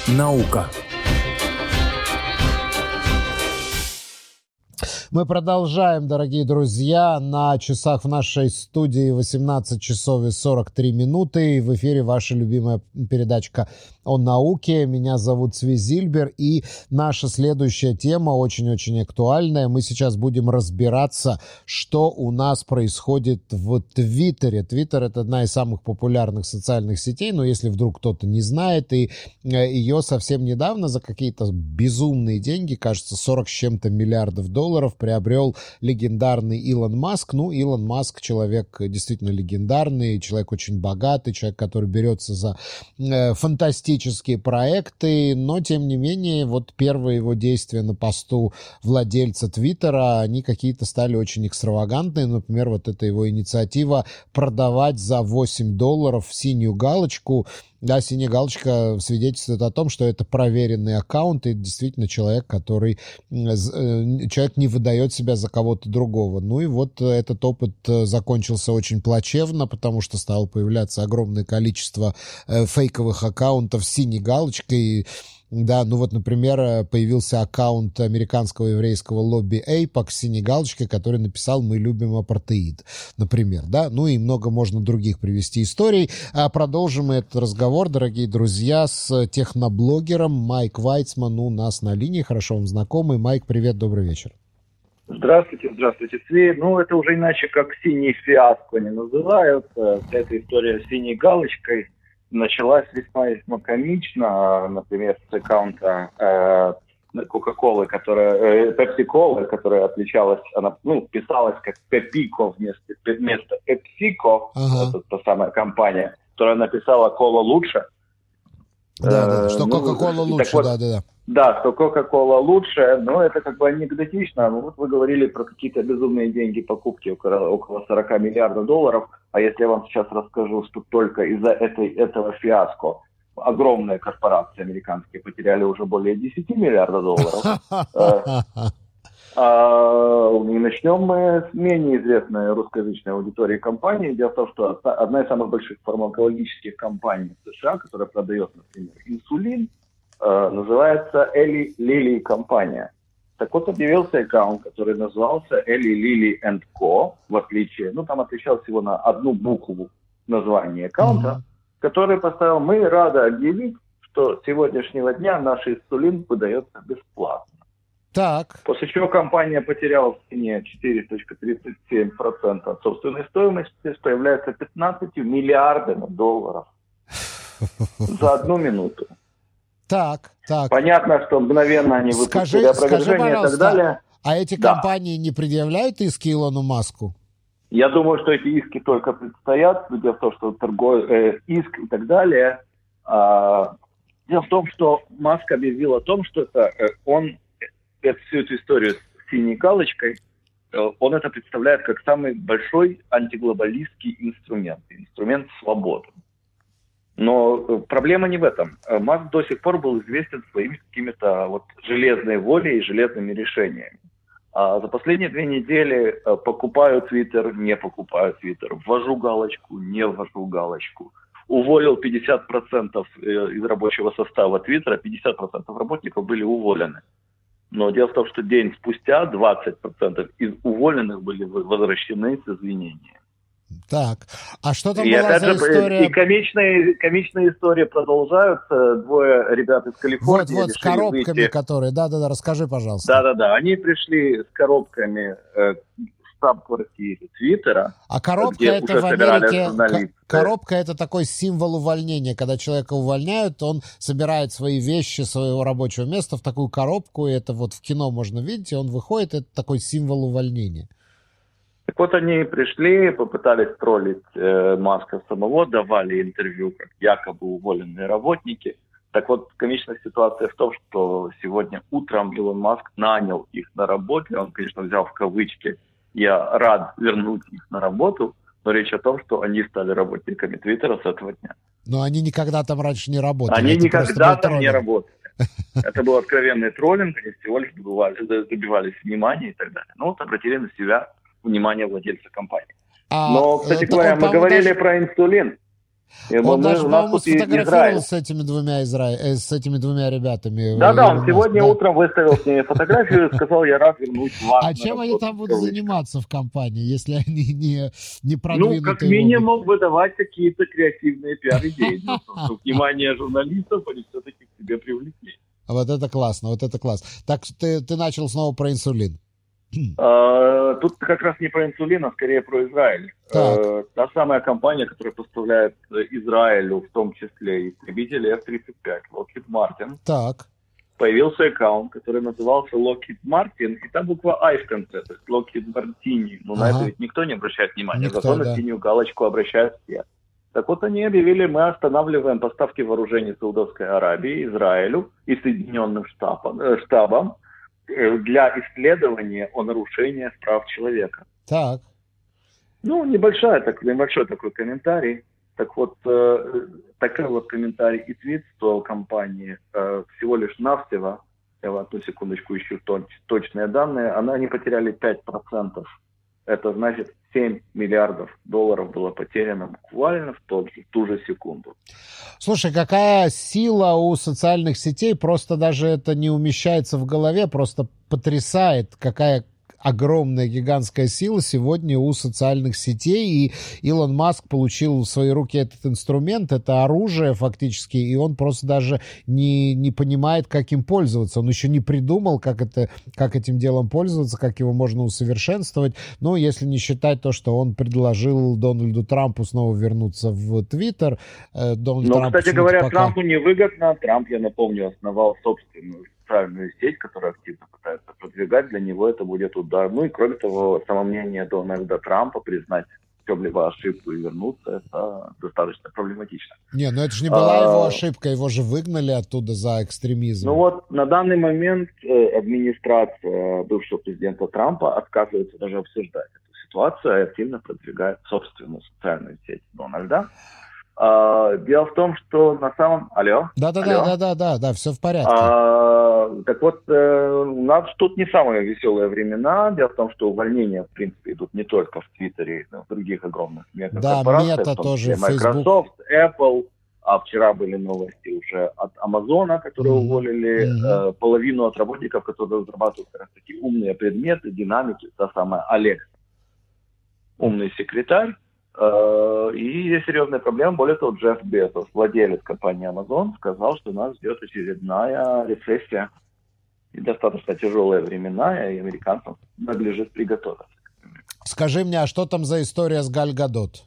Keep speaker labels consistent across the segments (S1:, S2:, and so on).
S1: Наука.
S2: Мы продолжаем, дорогие друзья. На часах в нашей студии 18 часов и 43 минуты. В эфире ваша любимая передачка о науке. Меня зовут Цви Зильбер. И наша следующая тема очень-очень актуальная. Мы сейчас будем разбираться, что у нас происходит в Твиттере. Твиттер — это одна из самых популярных социальных сетей. Но если вдруг кто-то не знает, и ее совсем недавно за какие-то безумные деньги, кажется, 40 с чем-то миллиардов долларов, приобрел легендарный Илон Маск. Ну, Илон Маск — человек действительно легендарный, человек очень богатый, человек, который берется за фантастические проекты, но, тем не менее, вот первые его действия на посту владельца Твиттера, они какие-то стали очень экстравагантные. Например, вот эта его инициатива продавать за $8 синюю галочку. Да, синяя галочка свидетельствует о том, что это проверенный аккаунт, и действительно человек, человек не выдает себя за кого-то другого. Ну и вот этот опыт закончился очень плачевно, потому что стало появляться огромное количество фейковых аккаунтов с синей галочкой. Да, ну вот, например, появился аккаунт американского еврейского лобби AIPAC с синей галочкой, который написал «Мы любим апартеид», например, да, ну и много можно других привести историй. А продолжим этот разговор, дорогие друзья, с техноблогером Майк Вайцман у нас на линии, хорошо вам знакомый. Майк, привет, добрый вечер.
S3: Здравствуйте, Цви. Ну, это уже иначе как синий фиаско не называют. Вся эта история с синей галочкой началась весьма комично, например, с аккаунта Coca-Cola, Pepsi-Cola, которая отличалась, она, писалась как Пепико вместо PepsiCo, это та самая компания, которая написала «Кола лучше».
S2: Да, что Coca-Cola лучше, да.
S3: Да, что Coca-Cola лучше, но это как бы анекдотично. Ну, вот вы говорили про какие-то безумные деньги покупки, около 40 миллиардов долларов. А если я вам сейчас расскажу, что только из-за этого фиаско огромные корпорации американские потеряли уже более 10 миллиардов долларов. И начнем мы с менее известной русскоязычной аудитории компании. Дело в том, что одна из самых больших фармакологических компаний в США, которая продает, например, инсулин, называется Eli Lilly компания. Так вот, объявился аккаунт, который назывался Eli Lilly & Co. В отличие, там отличалось всего на одну букву названия аккаунта, который поставил: мы рады объявить, что с сегодняшнего дня наш инсулин выдается бесплатно.
S2: Так.
S3: После чего компания потеряла в цене 4,37% от собственной стоимости, появляется 15 миллиардами долларов за одну минуту.
S2: Так.
S3: Понятно, что мгновенно они выпустили опровержение и так далее.
S2: А эти компании не предъявляют иски Илону Маску?
S3: Я думаю, что эти иски только предстоят. Дело в том, что иск и так далее. Дело в том, что Маск объявил о том, что всю эту историю с синей галочкой, он это представляет как самый большой антиглобалистский инструмент свободы. Но проблема не в этом. Маск до сих пор был известен своими какими-то железной волей и железными решениями. А за последние 2 недели покупаю Твиттер, не покупаю Твиттер, ввожу галочку, не ввожу галочку. Уволил 50% из рабочего состава Твиттера, 50% работников были уволены. Но дело в том, что день спустя 20% из уволенных были возвращены с извинениями.
S2: Так, а что там была за история?
S3: И комичные истории продолжаются. 2 ребят из Калифорнии.
S2: Вот с коробками, которые... Да, расскажи, пожалуйста.
S3: Да. Они пришли с коробками в штаб-квартире Твиттера.
S2: А коробка это в Америке... Коробка это такой символ увольнения. Когда человека увольняют, он собирает свои вещи своего рабочего места в такую коробку. И это в кино можно видеть, и он выходит, это такой символ увольнения.
S3: Так вот, они пришли, попытались троллить Маска самого, давали интервью как якобы уволенные работники. Так вот, комичная ситуация в том, что сегодня утром Илон Маск нанял их на работу. Он, конечно, взял в кавычки: я рад вернуть их на работу, но речь о том, что они стали работниками Твиттера с этого дня.
S2: Но они никогда там раньше не работали.
S3: Они никогда там не работали. Это был откровенный троллинг, они всего лишь добивались внимания и так далее. Обратили на себя внимание владельца компании. Но, кстати говоря, мы говорили про инсулин.
S2: Он даже,
S3: у нас
S2: по-моему,
S3: тут Израиль.
S2: сфотографировался с этими двумя ребятами.
S3: Да, он сегодня утром выставил с ними фотографию и сказал, я рад вернуть вас.
S2: А чем они там будут заниматься в компании, если они не продвинуты?
S3: Ну, как минимум, выдавать какие-то креативные пиар-идеи. Внимание журналистов они все-таки к себе привлекли.
S2: Вот это классно, вот это классно. Так, ты начал снова про инсулин.
S3: Тут как раз не про инсулин, а скорее про Израиль. Та самая компания, которая поставляет Израилю, в том числе истребители F-35, Lockheed Martin.
S2: Так.
S3: Появился аккаунт, который назывался Lockheed Martin, и там буква I в конце, то есть Lockheed Martini. Но на это ведь никто не обращает внимания, зато на синюю галочку обращают все. Так вот, они объявили, мы останавливаем поставки вооружений Саудовской Аравии, Израилю и Соединенным Штатам для исследования о нарушении прав человека.
S2: Так.
S3: Ну, небольшой такой комментарий. Так вот, такой вот комментарий и твит стоил компании всего лишь навсего, я в одну секундочку ищу точные данные, они потеряли 5%. Это значит 7 миллиардов долларов было потеряно буквально в ту же секунду.
S2: Слушай, какая сила у социальных сетей, просто даже это не умещается в голове, просто потрясает, какая огромная гигантская сила сегодня у социальных сетей, и Илон Маск получил в свои руки этот инструмент, это оружие фактически, и он просто даже не понимает, как им пользоваться. Он еще не придумал, как этим делом пользоваться, как его можно усовершенствовать. Ну, если не считать то, что он предложил Дональду Трампу снова вернуться в Твиттер.
S3: Кстати говоря, Трампу невыгодно. Трамп, я напомню, основал собственную социальную сеть, которая активно пытается продвигать, для него это будет удар. Ну и кроме того, самомнение Дональда Трампа признать в чем-либо ошибку и вернуться, это достаточно проблематично.
S2: Не, ну это же не была его ошибка, его же выгнали оттуда за экстремизм.
S3: Ну вот на данный момент администрация бывшего президента Трампа отказывается даже обсуждать эту ситуацию и активно продвигает собственную социальную сеть Дональда. Дело в том, что на самом... Алло?
S2: Да, все в порядке.
S3: Так вот, у нас тут не самые веселые времена. Дело в том, что увольнения, в принципе, идут не только в Твиттере, но и в других огромных мегакорпорациях.
S2: Да, Мета тоже,
S3: Microsoft, Apple. А вчера были новости уже от Амазона, которые уволили половину от работников, которые разрабатывают как раз таки умные предметы, динамики, та самая Alexa. Умный секретарь. И есть серьезная проблема. Более того, Джефф Безос, владелец компании Amazon, сказал, что нас ждет очередная рецессия и достаточно тяжелые времена, и американцам надлежит приготовиться.
S2: Скажи мне, а что там за история с Галь Гадот?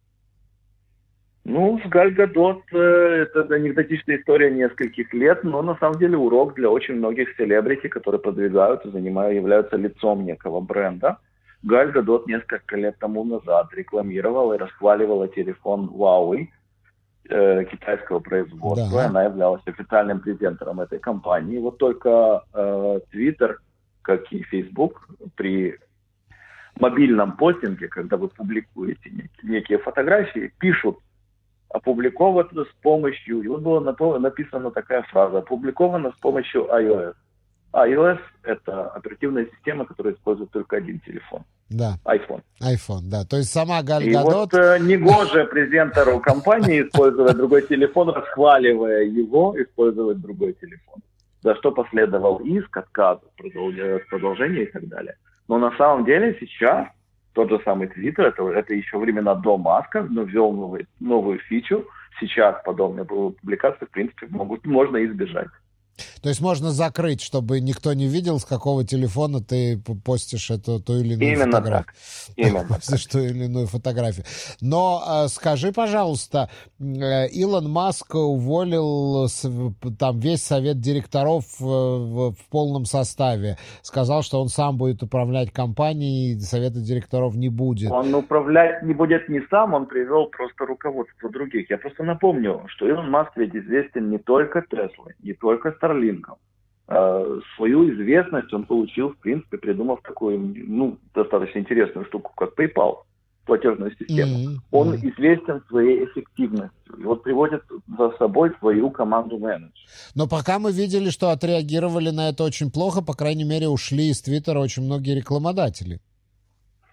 S3: Ну, с Галь Гадот это анекдотичная история нескольких лет, но на самом деле урок для очень многих селебрити, которые продвигаются, являются лицом некого бренда. Галь Гадот несколько лет тому назад рекламировала и расхваливала телефон Huawei китайского производства. Да. Она являлась официальным презентером этой компании. Вот только Twitter, как и Facebook, при мобильном постинге, когда вы публикуете некие фотографии, пишут опубликовано с помощью, и вот была написана такая фраза, опубликовано с помощью iOS. iOS – это оперативная система, которая использует только один телефон.
S2: Да.
S3: iPhone,
S2: да. То есть сама Галь
S3: Гадот... И вот негоже презентеру компании использовать другой телефон, расхваливая его, использовать другой телефон. За что последовал иск, отказ, продолжение и так далее. Но на самом деле сейчас тот же самый Twitter, это еще времена до Маска, но ввел новую фичу. Сейчас подобные публикации, в принципе, можно избежать.
S2: То есть можно закрыть, чтобы никто не видел, с какого телефона ты постишь ту или иную фотографию.
S3: Именно так.
S2: Постишь ту или иную фотографию. Но скажи, пожалуйста, Илон Маск уволил там весь совет директоров в полном составе. Сказал, что он сам будет управлять компанией, совета директоров не будет.
S3: Он управлять не будет не сам, он привел просто руководство других. Я просто напомню, что Илон Маск ведь известен не только Теслой, не только Старлинком. Свою известность он получил, в принципе, придумав такую, достаточно интересную штуку, как PayPal, платежную систему. Он известен своей эффективностью. И вот приводит за собой свою команду менеджеров.
S2: Но пока мы видели, что отреагировали на это очень плохо, по крайней мере, ушли из Твиттера очень многие рекламодатели.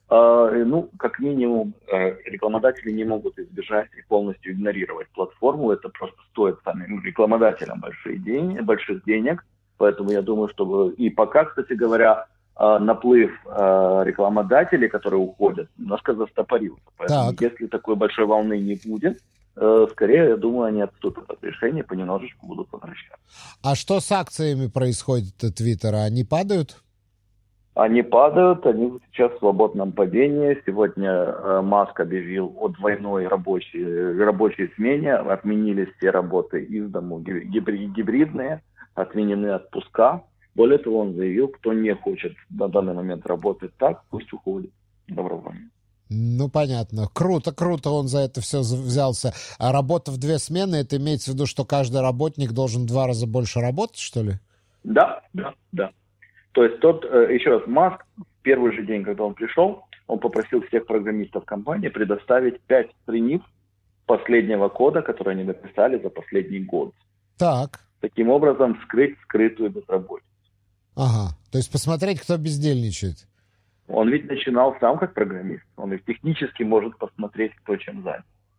S3: Как минимум, рекламодатели не могут избежать и полностью игнорировать платформу. Это просто стоит самим рекламодателям больших денег. Поэтому я думаю, что... И пока, кстати говоря, наплыв рекламодателей, которые уходят, немножко застопорился. Поэтому если такой большой волны не будет, скорее, я думаю, они отступят от решения, понемножечку будут возвращаться.
S2: А что с акциями происходит Твиттера? Они падают?
S3: Они падают, они сейчас в свободном падении. Сегодня Маск объявил о двойной рабочей смене. Отменились все работы из дому гибридные, отменены отпуска. Более того, он заявил, кто не хочет на данный момент работать так, пусть уходит добровольно.
S2: Ну, понятно. Круто он за это все взялся. А работа в 2 смены, это имеется в виду, что каждый работник должен в 2 раза больше работать, что ли?
S3: Да. То есть еще раз, Маск в первый же день, когда он пришел, он попросил всех программистов компании предоставить 5 страниц последнего кода, который они написали за последний год.
S2: Так.
S3: Таким образом, скрыть скрытую безработицу.
S2: Ага, то есть посмотреть, кто бездельничает.
S3: Он ведь начинал сам как программист. Он и технически может посмотреть, кто чем занят.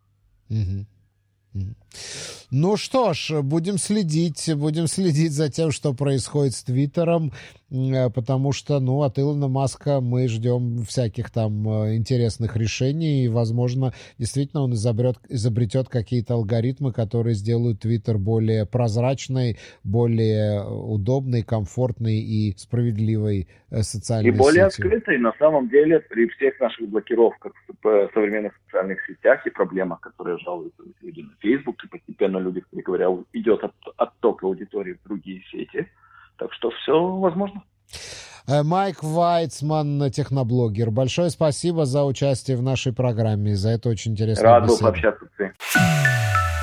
S2: Ну что ж, будем следить за тем, что происходит с Твиттером, потому что, от Илона Маска мы ждем всяких там интересных решений, и, возможно, действительно он изобретет какие-то алгоритмы, которые сделают Твиттер более прозрачной, более удобной, комфортной и справедливой социальной сетью.
S3: И более открытой. На самом деле, при всех наших блокировках в современных социальных сетях и проблемах, которые жалуются люди на Facebook, и постепенно люди, как я говорил, идет отток аудитории в другие сети. Так что все возможно.
S2: Майк Вайцман, техноблогер. Большое спасибо за участие в нашей программе, за это очень интересно.
S3: Рад был пообщаться с вами.